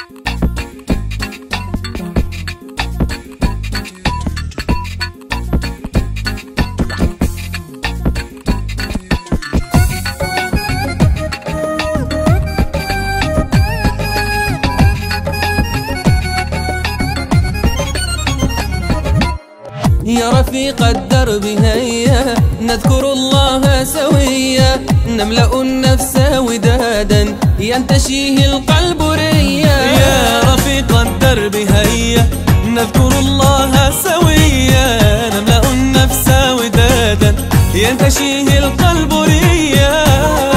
يا رفيق الدرب هيا نذكر الله سويا، نملأ النفس ودادا ينتشيه القلب ريا. يا رفيق الدرب هيا نذكر الله سويا، نملأ النفس ودادا ينتشيه القلب ريا.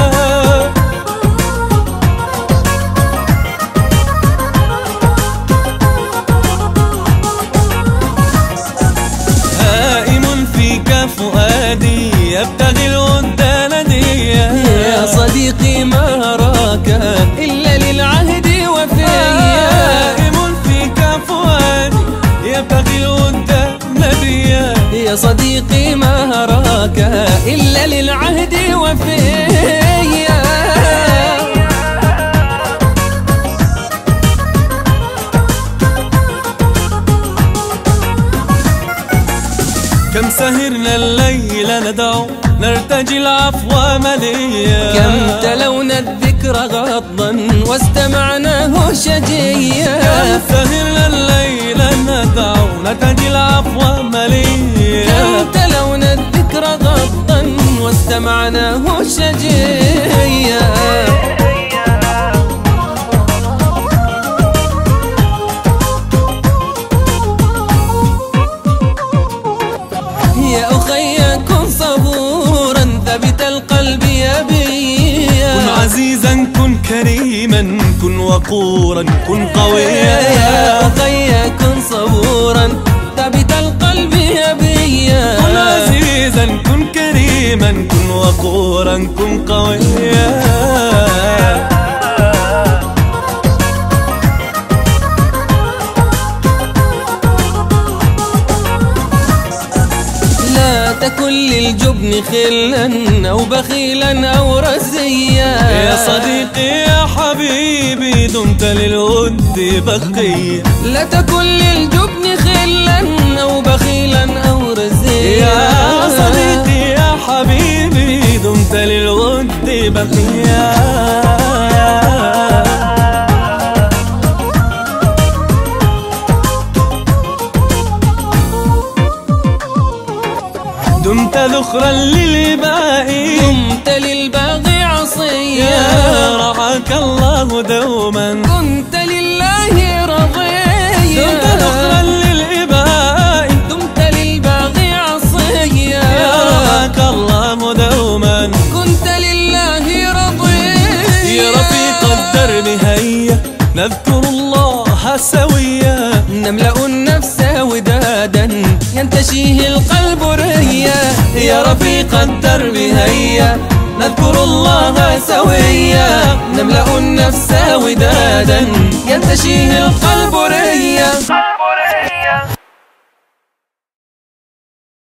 فؤادي يبتغي الود نديا، يا صديقي ما أراك إلا للعهد وفيا. هائم فيك فؤادي يبتغي الود نديا، يا صديقي ما أراك إلا للعهد وفيا. كم سهرنا الليل ندعو نرتجي العفو مليا، كم تلونا الذكر غضا واستمعناه شجيا. كم سهرنا الليل ندعو نرتجي العفو مليا، كم تلونا الذكر غضا واستمعناه شجيا. يا أخي كن صبورا ثبت القلب يبيا، كن عزيزا كن كريما كن وقورا كن قويا. يا أخي كن صبورا ثبت القلب يبيا، كن عزيزا كن كريما كن وقورا كن قويا. تكن للجبن خلا أو بخيلا أو رزيا. يا صديقي يا حبيبي دمت للود بقيا، لا تكن للجبن خلا أو بخيلا أو رزيا. يا صديقي يا حبيبي دمت للود بقيا. دمت ذخرا للإباء دمت للباغي عصيا، رعاك الله دوما كنت لله رضيا. دمت ذخرا للإباء دمت للباغي عصيا، رعاك الله دوما كنت لله رضيا. يا رفيق الدرب هيا نذكر الله سويا، نملأ النفس ودادا ينتشيه القلب ريا. يا رفيق الدرب هيا نذكر الله سويا، نملأ النفس ودادا ينتشيه القلب ريا.